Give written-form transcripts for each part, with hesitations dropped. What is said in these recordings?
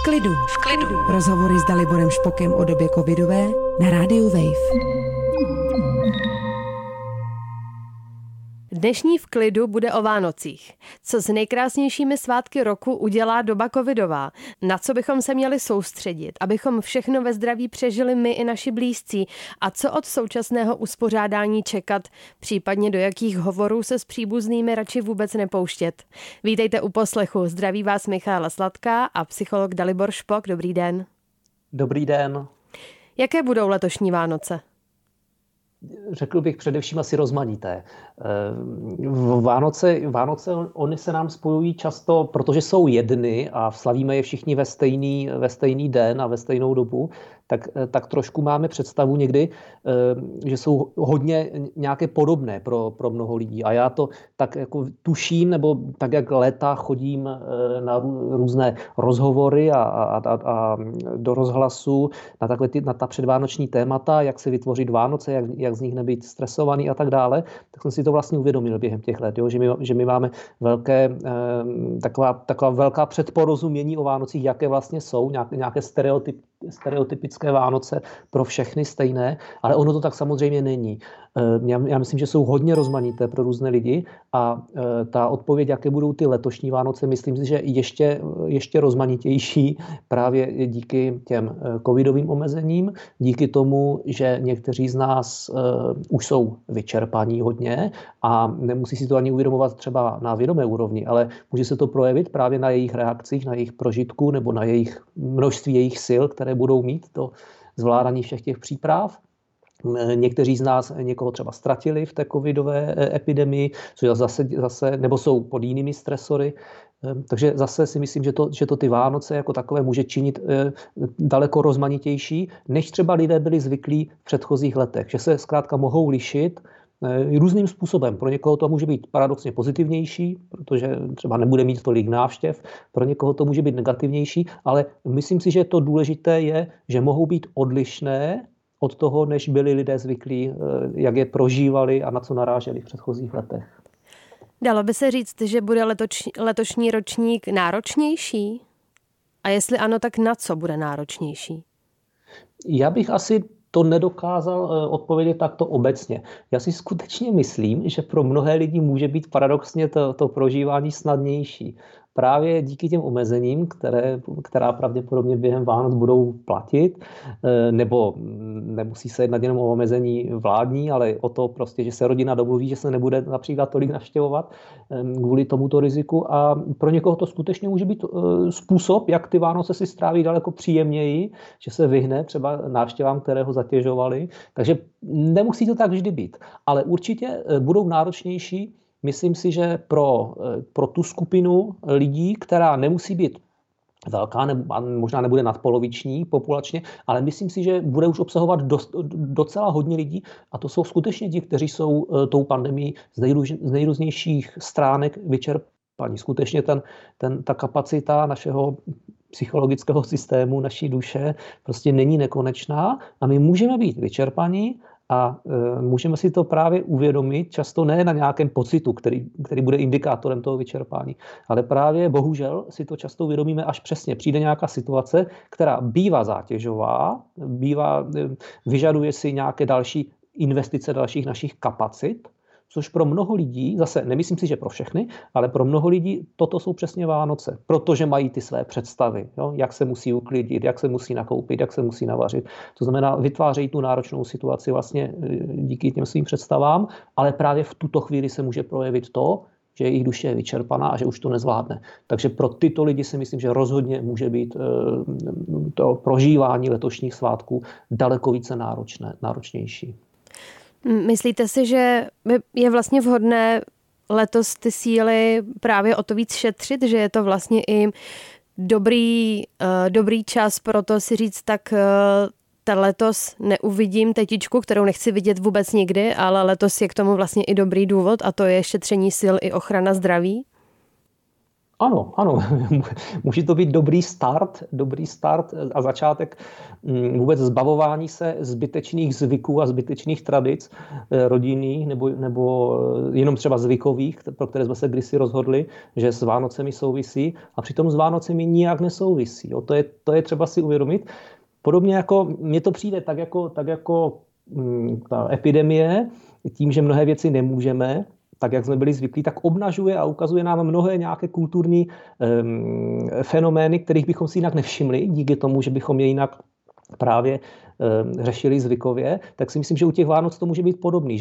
V klidu. Rozhovory s Daliborem Špokem o době covidové na rádiu Wave. Dnešní V klidu bude o Vánocích. Co s nejkrásnějšími svátky roku udělá doba covidová? Na co bychom se měli soustředit, abychom všechno ve zdraví přežili my i naši blízcí? A co od současného uspořádání čekat? Případně do jakých hovorů se s příbuznými radši vůbec nepouštět? Vítejte u poslechu. Zdraví vás Michála Sladká a psycholog Dalibor Špok. Dobrý den. Dobrý den. Jaké budou letošní Vánoce? Řekl bych především asi rozmanité. Vánoce oni se nám spojují často, protože jsou jedny a slavíme je všichni ve stejný den a ve stejnou dobu, tak trošku máme představu někdy, že jsou hodně nějaké podobné pro mnoho lidí. A já to tak jako tuším, nebo tak jak léta chodím na různé rozhovory a do rozhlasu na ta předvánoční témata, jak se vytvořit Vánoce, jak z nich nebýt stresovaný a tak dále, tak jsem si to vlastně uvědomil během těch let, jo? Že my máme taková velká předporozumění o Vánocích, jaké vlastně jsou, nějaké stereotypické Vánoce pro všechny stejné, ale ono to tak samozřejmě není. Já myslím, že jsou hodně rozmanité pro různé lidi a ta odpověď, jaké budou ty letošní Vánoce, myslím si, že ještě rozmanitější právě díky těm covidovým omezením, díky tomu, že někteří z nás už jsou vyčerpaní hodně a nemusí si to ani uvědomovat třeba na vědomé úrovni, ale může se to projevit právě na jejich reakcích, na jejich prožitku nebo na jejich množství jejich sil, které budou mít to zvládání všech těch příprav. Někteří z nás někoho třeba ztratili v té covidové epidemii, což zase nebo jsou pod jinými stresory. Takže zase si myslím, že to ty Vánoce jako takové může činit daleko rozmanitější, než třeba lidé byli zvyklí v předchozích letech. Že se zkrátka mohou lišit různým způsobem. Pro někoho to může být paradoxně pozitivnější, protože třeba nebude mít tolik návštěv, pro někoho to může být negativnější, ale myslím si, že to důležité je, že mohou být odlišné od toho, než byli lidé zvyklí, jak je prožívali a na co naráželi v předchozích letech. Dalo by se říct, že bude letošní ročník náročnější? A jestli ano, tak na co bude náročnější? Já bych asi to nedokázal odpovědět takto obecně. Já si skutečně myslím, že pro mnohé lidi může být paradoxně to prožívání snadnější. Právě díky těm omezením, která pravděpodobně během Vánoc budou platit, nebo nemusí se jednat jenom o omezení vládní, ale o to prostě, že se rodina domluví, že se nebude například tolik navštěvovat kvůli tomuto riziku. A pro někoho to skutečně může být způsob, jak ty Vánoce si stráví daleko příjemněji, že se vyhne třeba návštěvám, které ho zatěžovaly. Takže nemusí to tak vždy být. Ale určitě budou náročnější. Myslím si, že pro tu skupinu lidí, která nemusí být velká, možná nebude nadpoloviční populačně, ale myslím si, že bude už obsahovat docela hodně lidí a to jsou skutečně ti, kteří jsou tou pandemií z nejrůznějších stránek vyčerpaní. Skutečně ta kapacita našeho psychologického systému, naší duše prostě není nekonečná a my můžeme být vyčerpaní a můžeme si to právě uvědomit, často ne na nějakém pocitu, který bude indikátorem toho vyčerpání, ale právě bohužel si to často uvědomíme až přesně. Přijde nějaká situace, která bývá zátěžová, vyžaduje si nějaké další investice dalších našich kapacit, což pro mnoho lidí, zase nemyslím si, že pro všechny, ale pro mnoho lidí toto jsou přesně Vánoce, protože mají ty své představy, jo? Jak se musí uklidit, jak se musí nakoupit, jak se musí navařit. To znamená, vytvářejí tu náročnou situaci vlastně díky těm svým představám, ale právě v tuto chvíli se může projevit to, že jejich duše je vyčerpaná a že už to nezvládne. Takže pro tyto lidi si myslím, že rozhodně může být to prožívání letošních svátků daleko více náročnější. Myslíte si, že je vlastně vhodné letos ty síly právě o to víc šetřit, že je to vlastně i dobrý čas pro to si říct, tak letos neuvidím tetičku, kterou nechci vidět vůbec nikdy, ale letos je k tomu vlastně i dobrý důvod a to je šetření sil i ochrana zdraví? Ano, ano, může to být dobrý start a začátek vůbec zbavování se zbytečných zvyků a zbytečných tradic rodinných nebo jenom třeba zvykových, pro které jsme se kdysi rozhodli, že s Vánocemi souvisí a přitom s Vánocemi nijak nesouvisí. Jo. To je třeba si uvědomit. Podobně jako mně to přijde tak jako ta epidemie, tím, že mnohé věci nemůžeme, tak jak jsme byli zvyklí, tak obnažuje a ukazuje nám mnohé nějaké kulturní fenomény, kterých bychom si jinak nevšimli, díky tomu, že bychom je jinak právě řešili zvykově, tak si myslím, že u těch Vánoc to může být podobný,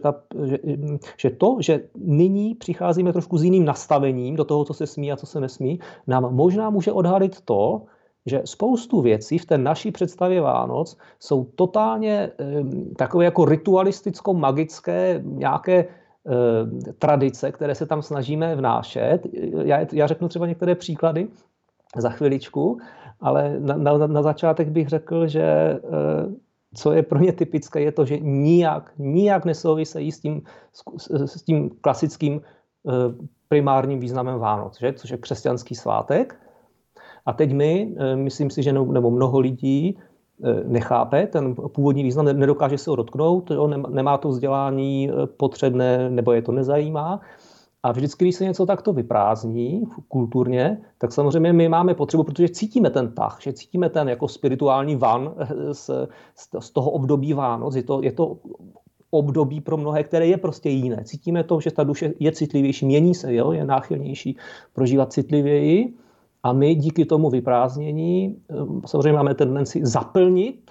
že nyní přicházíme trošku s jiným nastavením do toho, co se smí a co se nesmí, nám možná může odhalit to, že spoustu věcí v té naší představě Vánoc jsou totálně takové jako ritualisticko-magické nějaké tradice, které se tam snažíme vnášet. Já řeknu třeba některé příklady za chviličku, ale na začátek bych řekl, že co je pro mě typické, je to, že nijak nesouvisejí s tím klasickým primárním významem Vánoc, že? Což je křesťanský svátek. A teď myslím si, že nebo mnoho lidí nechápe ten původní význam, nedokáže se ho dotknout, nemá to vzdělání potřebné, nebo je to nezajímá. A vždycky, když se něco takto vyprázdní kulturně, tak samozřejmě my máme potřebu, protože cítíme ten tah, že cítíme ten jako spirituální van z toho období Vánoc. Je to období pro mnohé, které je prostě jiné. Cítíme to, že ta duše je citlivější, mění se, jo? Je náchylnější prožívat citlivěji. A my díky tomu vyprázdnění samozřejmě máme tendenci zaplnit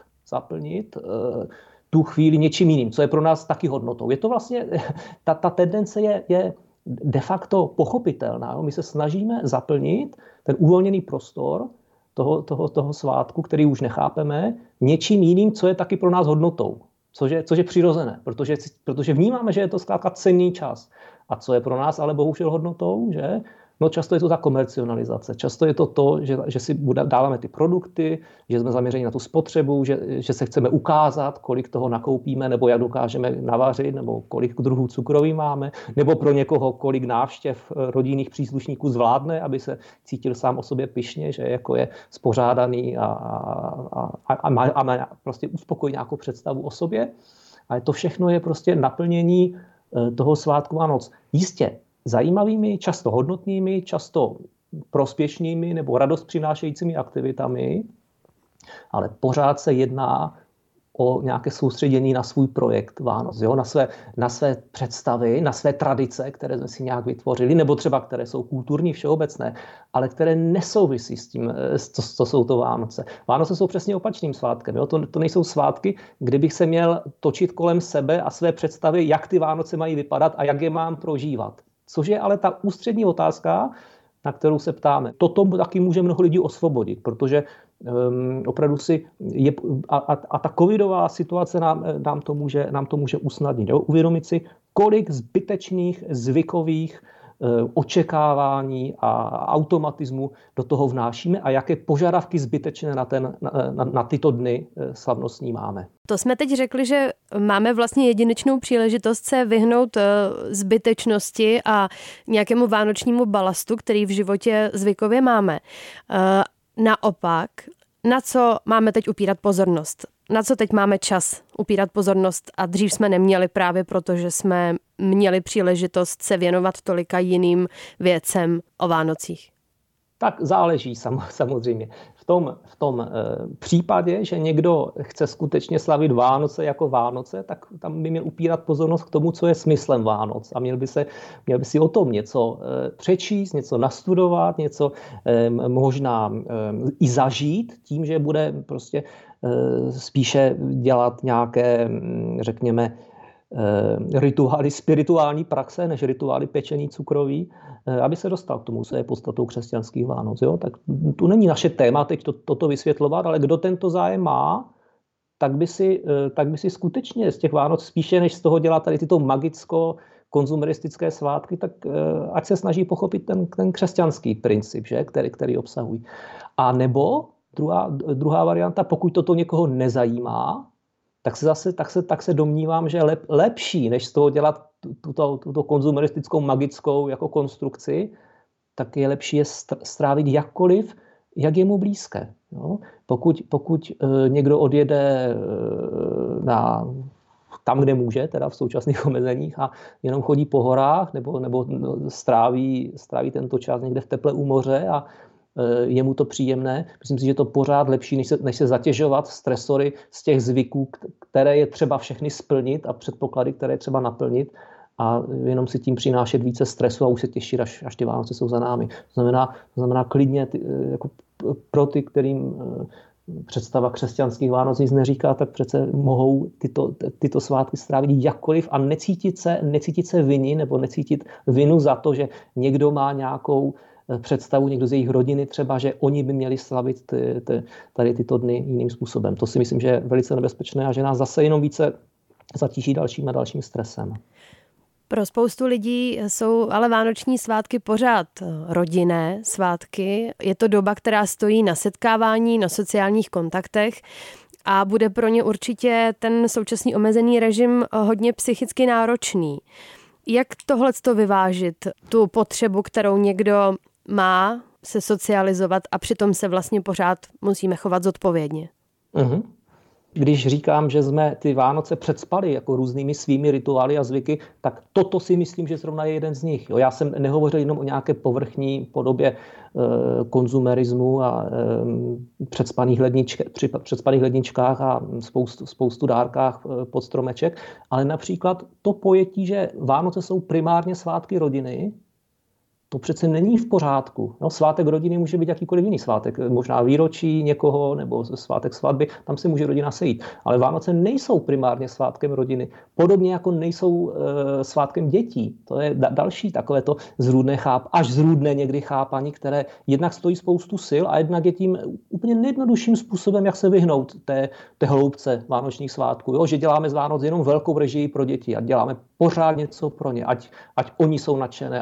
tu chvíli něčím jiným, co je pro nás taky hodnotou. Je to vlastně, ta tendence je de facto pochopitelná. Jo? My se snažíme zaplnit ten uvolněný prostor toho svátku, který už nechápeme, něčím jiným, co je taky pro nás hodnotou. Což je přirozené, protože vnímáme, že je to zkrátka cenný čas. A co je pro nás ale bohužel hodnotou, že? No často je to ta komercionalizace, často je to, že si dáváme ty produkty, že jsme zaměřeni na tu spotřebu, že se chceme ukázat, kolik toho nakoupíme, nebo jak dokážeme navařit, nebo kolik druhů cukroví máme, nebo pro někoho, kolik návštěv rodinných příslušníků zvládne, aby se cítil sám o sobě pyšně, že jako je spořádaný a má prostě uspokojit nějakou představu o sobě. Ale to všechno je prostě naplnění toho svátku Vánoc. Jistě, zajímavými, často hodnotnými, často prospěšnými nebo radost přinášejícími aktivitami, ale pořád se jedná o nějaké soustředění na svůj projekt Vánoc, jo? Na své představy, na své tradice, které jsme si nějak vytvořili, nebo třeba které jsou kulturní, všeobecné, ale které nesouvisí s tím, co jsou to Vánoce. Vánoce jsou přesně opačným svátkem. Jo? To nejsou svátky, kdy bych se měl točit kolem sebe a své představy, jak ty Vánoce mají vypadat a jak je mám prožívat. Což je ale ta ústřední otázka, na kterou se ptáme. Toto taky může mnoho lidí osvobodit, protože opravdu ta covidová situace nám to může usnadnit. Jo? Uvědomit si, kolik zbytečných zvykových očekávání a automatismu do toho vnášíme a jaké požadavky zbytečné na tyto dny slavnostní máme. To jsme teď řekli, že máme vlastně jedinečnou příležitost se vyhnout zbytečnosti a nějakému vánočnímu balastu, který v životě zvykově máme. Naopak, na co máme teď upírat pozornost? Na co teď máme čas upírat pozornost a dřív jsme neměli právě proto, že jsme měli příležitost se věnovat tolika jiným věcem o Vánocích? Tak záleží samozřejmě. V tom případě, že někdo chce skutečně slavit Vánoce jako Vánoce, tak tam by měl upírat pozornost k tomu, co je smyslem Vánoc. A měl by si o tom něco přečíst, něco nastudovat, něco možná i zažít tím, že bude prostě spíše dělat nějaké, řekněme, rituály spirituální praxe, než rituály pečení cukroví, aby se dostal k tomu, co je podstatou křesťanských Vánoc. Jo? Tak tu není naše téma teď toto vysvětlovat, ale kdo tento zájem má, tak by si skutečně z těch Vánoc spíše, než z toho dělat tady tyto magicko-konzumeristické svátky, tak ať se snaží pochopit ten křesťanský princip, že? Který obsahují. A nebo druhá varianta, pokud toto někoho nezajímá, tak se domnívám, že lepší, než z toho dělat tuto konzumeristickou magickou jako konstrukci, tak je lepší je strávit jakkoliv, jak je mu blízké. Jo? Pokud někdo odjede tam, kde může, teda v současných omezeních a jenom chodí po horách nebo stráví tento čas někde v teple u moře a je mu to příjemné. Myslím si, že je to pořád lepší, než se zatěžovat stresory z těch zvyků, které je třeba všechny splnit a předpoklady, které je třeba naplnit a jenom si tím přinášet více stresu a už se těšit, až ty Vánoce jsou za námi. To znamená klidně jako pro ty, kterým představa křesťanských Vánoc nic neříká, tak přece mohou tyto svátky strávit jakkoliv a necítit se viny nebo necítit vinu za to, že někdo má nějakou představu, někdo z jejich rodiny třeba, že oni by měli slavit tady tyto dny jiným způsobem. To si myslím, že je velice nebezpečné a že nás zase jenom více zatíží dalším a dalším stresem. Pro spoustu lidí jsou ale vánoční svátky pořád rodinné svátky. Je to doba, která stojí na setkávání, na sociálních kontaktech a bude pro ně určitě ten současný omezený režim hodně psychicky náročný. Jak tohleto vyvážit, tu potřebu, kterou někdo má se socializovat a přitom se vlastně pořád musíme chovat zodpovědně? Mhm. Když říkám, že jsme ty Vánoce předspali jako různými svými rituály a zvyky, tak toto si myslím, že zrovna je jeden z nich. Jo, já jsem nehovořil jenom o nějaké povrchní podobě konzumerismu a předspaných ledničkách a spoustu dárkách pod stromeček, ale například to pojetí, že Vánoce jsou primárně svátky rodiny, to přece není v pořádku. No, svátek rodiny může být jakýkoliv jiný svátek, možná výročí někoho nebo svátek svatby, tam se může rodina sejít. Ale Vánoce nejsou primárně svátkem rodiny, podobně jako nejsou svátkem dětí. To je další takovéto až zrůdné někdy chápání, které jednak stojí spoustu sil a jednak je tím úplně nejjednodušším způsobem, jak se vyhnout té hloubce vánočních svátků. Jo? Že děláme z Vánoc jenom velkou režii pro děti a děláme pořád něco pro ně, ať oni jsou nadšené,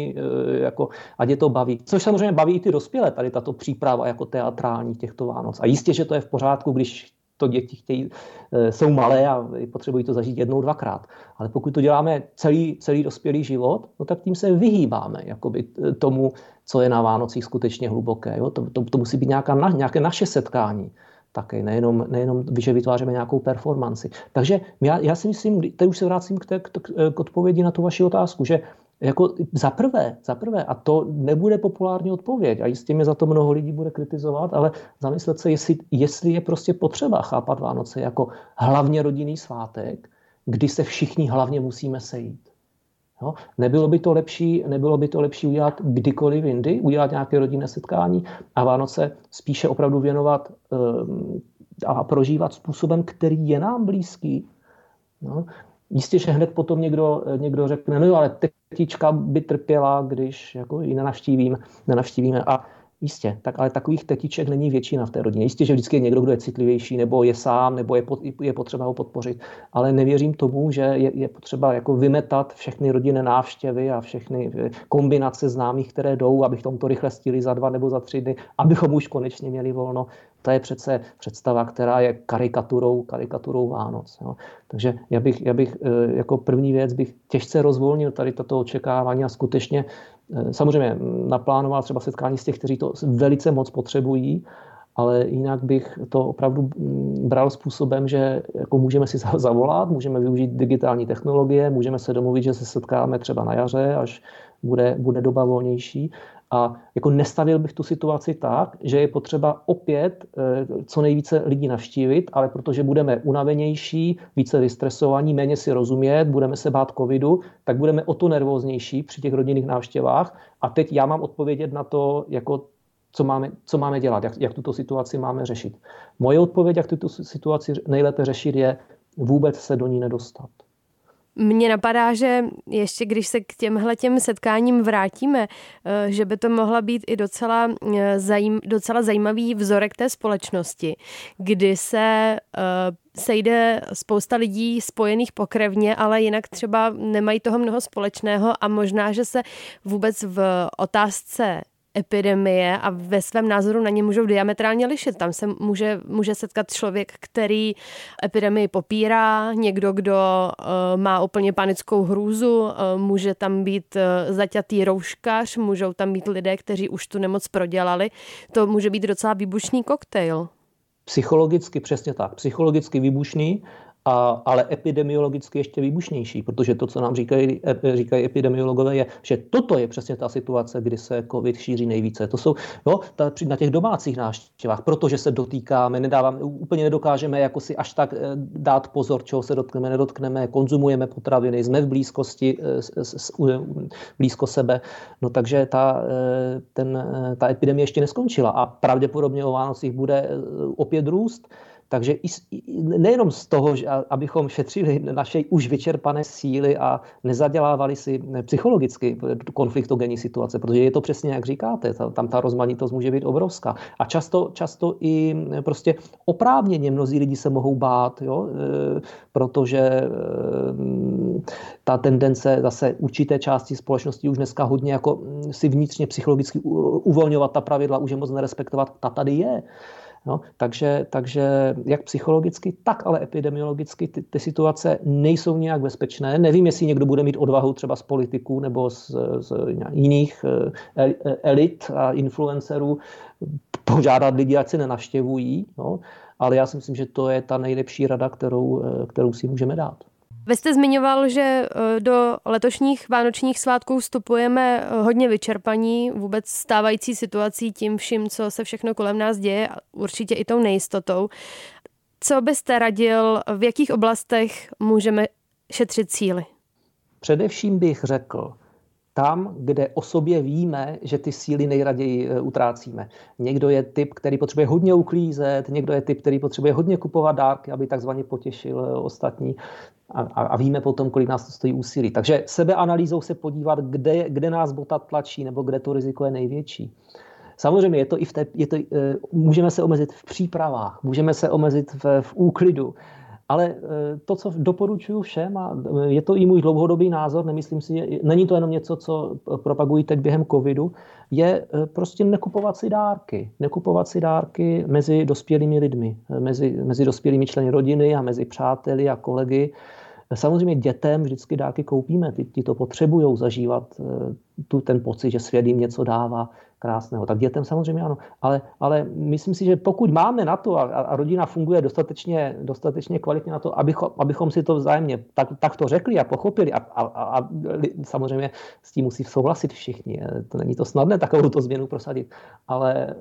ať je to baví. Což samozřejmě baví i ty dospělé, tady tato příprava jako teatrální těchto Vánoc. A jistě, že to je v pořádku, když to děti jsou malé a potřebují to zažít jednou, dvakrát. Ale pokud to děláme celý dospělý život, no tak tím se vyhýbáme tomu, co je na Vánocích skutečně hluboké. Jo? To musí být nějaké naše setkání. Také, nejenom, že vytváříme nějakou performanci. Takže já si myslím, teď už se vracím k odpovědi na tu vaši otázku, že jako za prvé, a to nebude populární odpověď, a jistě mě za to mnoho lidí bude kritizovat, ale zamyslet se, jestli je prostě potřeba chápat Vánoce jako hlavně rodinný svátek, kdy se všichni hlavně musíme sejít. Jo? Nebylo by to lepší udělat kdykoliv jindy, udělat nějaké rodinné setkání a Vánoce spíše opravdu věnovat a prožívat způsobem, který je nám blízký. No? Jistě, že hned potom někdo řekne, no jo, ale tetička by trpěla, když jako ji nenavštívíme. A jistě, ale takových tetiček není většina v té rodině. Jistě, že vždycky je někdo, kdo je citlivější, nebo je sám, nebo je potřeba ho podpořit. Ale nevěřím tomu, že je potřeba jako vymetat všechny rodinné návštěvy a všechny kombinace známých, které jdou, abychom to rychle stihli za 2 nebo za 3 dny, abychom už konečně měli volno. To je přece představa, která je karikaturou Vánoc. Jo. Takže já bych jako první věc bych těžce rozvolnil tady toto očekávání a skutečně samozřejmě naplánoval třeba setkání s těch, kteří to velice moc potřebují, ale jinak bych to opravdu bral způsobem, že jako můžeme si zavolat, můžeme využít digitální technologie, můžeme se domluvit, že se setkáme třeba na jaře, až bude doba volnější. A jako nestavil bych tu situaci tak, že je potřeba opět co nejvíce lidí navštívit, ale protože budeme unavenější, více vystresovaní, méně si rozumět, budeme se bát covidu, tak budeme o to nervóznější při těch rodinných návštěvách. A teď já mám odpovědět na to, jako co máme dělat, jak tuto situaci máme řešit. Moje odpověď, jak tuto situaci nejlépe řešit, je vůbec se do ní nedostat. Mně napadá, že ještě když se k těm setkáním vrátíme, že by to mohla být i docela zajímavý vzorek té společnosti, kdy se sejde spousta lidí spojených pokrevně, ale jinak třeba nemají toho mnoho společného a možná, že se vůbec v otázce epidemie a ve svém názoru na ně můžou diametrálně lišit. Tam se může setkat člověk, který epidemii popírá, někdo, kdo má úplně panickou hrůzu, může tam být zaťatý rouškař, můžou tam být lidé, kteří už tu nemoc prodělali. To může být docela výbušný koktejl. Psychologicky přesně tak. Psychologicky výbušný, ale epidemiologicky ještě výbušnější, protože to, co nám říkají epidemiologové, je, že toto je přesně ta situace, kdy se covid šíří nejvíce. To jsou na těch domácích návštěvách, protože se dotýkáme, úplně nedokážeme jako si až tak dát pozor, čeho se dotkneme, nedotkneme, konzumujeme potraviny, jsme v blízkosti, blízko sebe. No takže ta epidemie ještě neskončila a pravděpodobně o Vánocích bude opět růst. Takže nejenom z toho, abychom šetřili naše už vyčerpané síly a nezadělávali si psychologicky konfliktogenní situace, protože je to přesně, jak říkáte, tam ta rozmanitost může být obrovská. A často i prostě oprávněně mnozí lidi se mohou bát, jo? Protože ta tendence zase určité části společnosti už dneska hodně jako si vnitřně psychologicky uvolňovat ta pravidla, už je moc nerespektovat, ta tady je. No, takže jak psychologicky, tak ale epidemiologicky ty situace nejsou nějak bezpečné. Nevím, jestli někdo bude mít odvahu třeba z politiků nebo z jiných elit a influencerů požádat lidi, ať se nenavštěvují. No, ale já si myslím, že to je ta nejlepší rada, kterou si můžeme dát. Vy jste zmiňoval, že do letošních vánočních svátků vstupujeme hodně vyčerpaní, vůbec stávající situací, tím vším, co se všechno kolem nás děje, určitě i tou nejistotou. Co byste radil, v jakých oblastech můžeme šetřit síly? Především bych řekl, tam, kde o sobě víme, že ty síly nejraději utrácíme. Někdo je typ, který potřebuje hodně uklízet, někdo je typ, který potřebuje hodně kupovat dárky, aby takzvaně potěšil ostatní. A víme potom, kolik nás to stojí úsilí. Takže sebeanalýzou se podívat, kde nás bota tlačí nebo kde to riziko je největší. Samozřejmě můžeme se omezit v přípravách, můžeme se omezit v úklidu. Ale to, co doporučuji všem, a je to i můj dlouhodobý názor, nemyslím si, není to jenom něco, co propagují teď během covidu, je prostě nekupovat si dárky. Nekupovat si dárky mezi dospělými lidmi, mezi dospělými členy rodiny a mezi přáteli a kolegy. Samozřejmě dětem vždycky dárky koupíme, ty to potřebují zažívat ten pocit, že svět jim něco dává krásného. Tak dětem samozřejmě ano, ale myslím si, že pokud máme na to a rodina funguje dostatečně kvalitně na to, abychom si to vzájemně tak to řekli a pochopili a samozřejmě s tím musí souhlasit všichni. To není to snadné takovou to změnu prosadit, ale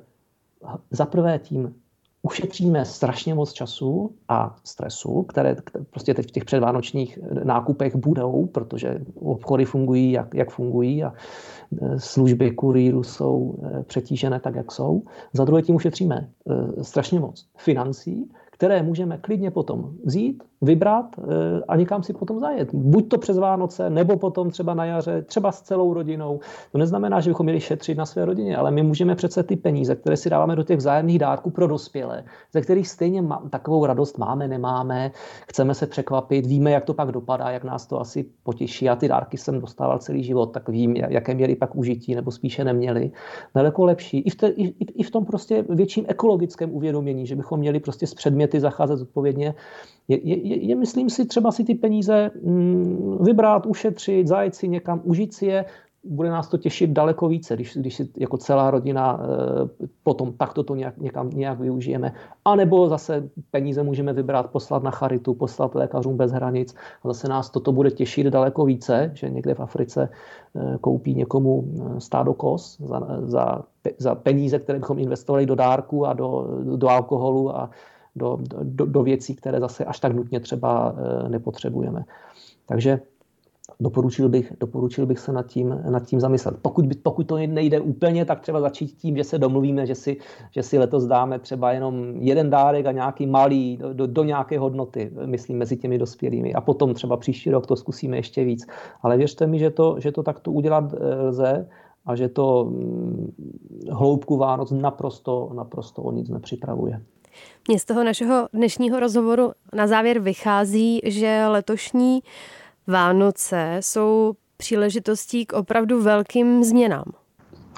za prvé tím ušetříme strašně moc času a stresu, které prostě teď v těch předvánočních nákupech budou, protože obchody fungují, jak fungují a služby kurýru jsou přetížené tak, jak jsou. Za druhé tím ušetříme strašně moc financí, které můžeme klidně potom vzít, vybrat a někam si potom zajet. Buď to přes Vánoce, nebo potom třeba na jaře, třeba s celou rodinou. To neznamená, že bychom měli šetřit na své rodině, ale my můžeme přece ty peníze, které si dáváme do těch vzájemných dárků pro dospělé, ze kterých stejně takovou radost máme, nemáme, chceme se překvapit, víme, jak to pak dopadá, jak nás to asi potěší. Já ty dárky jsem dostával celý život, tak vím, jaké měli pak užití, nebo spíše neměli. Daleko lepší. I v tom prostě větším ekologickém uvědomění, že bychom měli prostě s předměty zacházet zodpovědně. Je, myslím si, třeba si ty peníze vybrat, ušetřit, zajet si někam, užít si je, bude nás to těšit daleko více, když si jako celá rodina potom takto to nějak využijeme. A nebo zase peníze můžeme vybrat, poslat na charitu, poslat lékařům bez hranic a zase nás toto bude těšit daleko více, že někde v Africe koupí někomu stádo koz za peníze, které bychom investovali do dárku a do alkoholu a do věcí, které zase až tak nutně třeba nepotřebujeme. Takže doporučil bych se nad tím zamyslet. Pokud to nejde úplně, tak třeba začít tím, že se domluvíme, že si letos dáme třeba jenom jeden dárek a nějaký malý do nějaké hodnoty, myslím, mezi těmi dospělými. A potom třeba příští rok to zkusíme ještě víc. Ale věřte mi, že to takto udělat lze a že to hloubku Vánoc naprosto o nic nepřipravuje. Mně z toho našeho dnešního rozhovoru na závěr vychází, že letošní Vánoce jsou příležitostí k opravdu velkým změnám.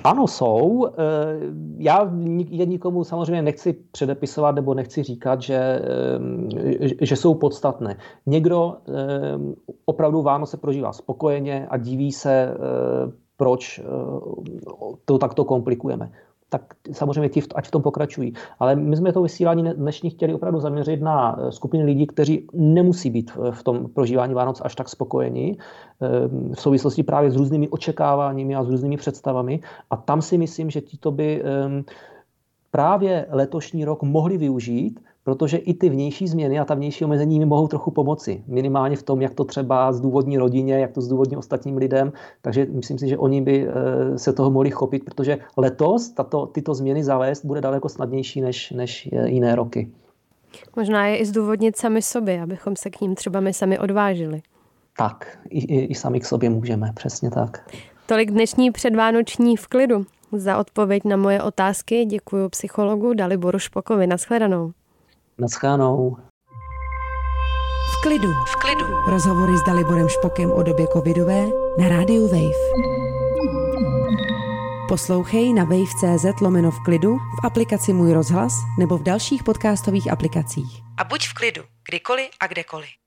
Ano, jsou. Já je nikomu samozřejmě nechci předepisovat nebo nechci říkat, že jsou podstatné. Někdo opravdu Vánoce prožívá spokojeně a diví se, proč to takto komplikujeme. Tak samozřejmě ať v tom pokračují. Ale my jsme to vysílání dnešní chtěli opravdu zaměřit na skupiny lidí, kteří nemusí být v tom prožívání Vánoc až tak spokojení, v souvislosti právě s různými očekáváními a s různými představami. A tam si myslím, že tito by právě letošní rok mohli využít, protože i ty vnější změny a ta vnější omezení mi mohou trochu pomoci. Minimálně v tom, jak to třeba zdůvodní rodině, jak to zdůvodní ostatním lidem. Takže myslím si, že oni by se toho mohli chopit, protože letos tyto změny zavést bude daleko snadnější než jiné roky. Možná je i zdůvodnit sami sobě, abychom se k ním třeba my sami odvážili. Tak, i sami k sobě můžeme, přesně tak. Tolik dnešní předvánoční v klidu. Za odpověď na moje otázky děkuji psychologu Daliboru Špokovi. Naschledanou. Naschledanou. V klidu. Rozhovory s Daliborem Špokem o době covidové na rádiu Wave. Poslouchej na wave.cz/v klidu, v aplikaci Můj rozhlas nebo v dalších podcastových aplikacích. A buď v klidu, kdykoliv a kdekoliv.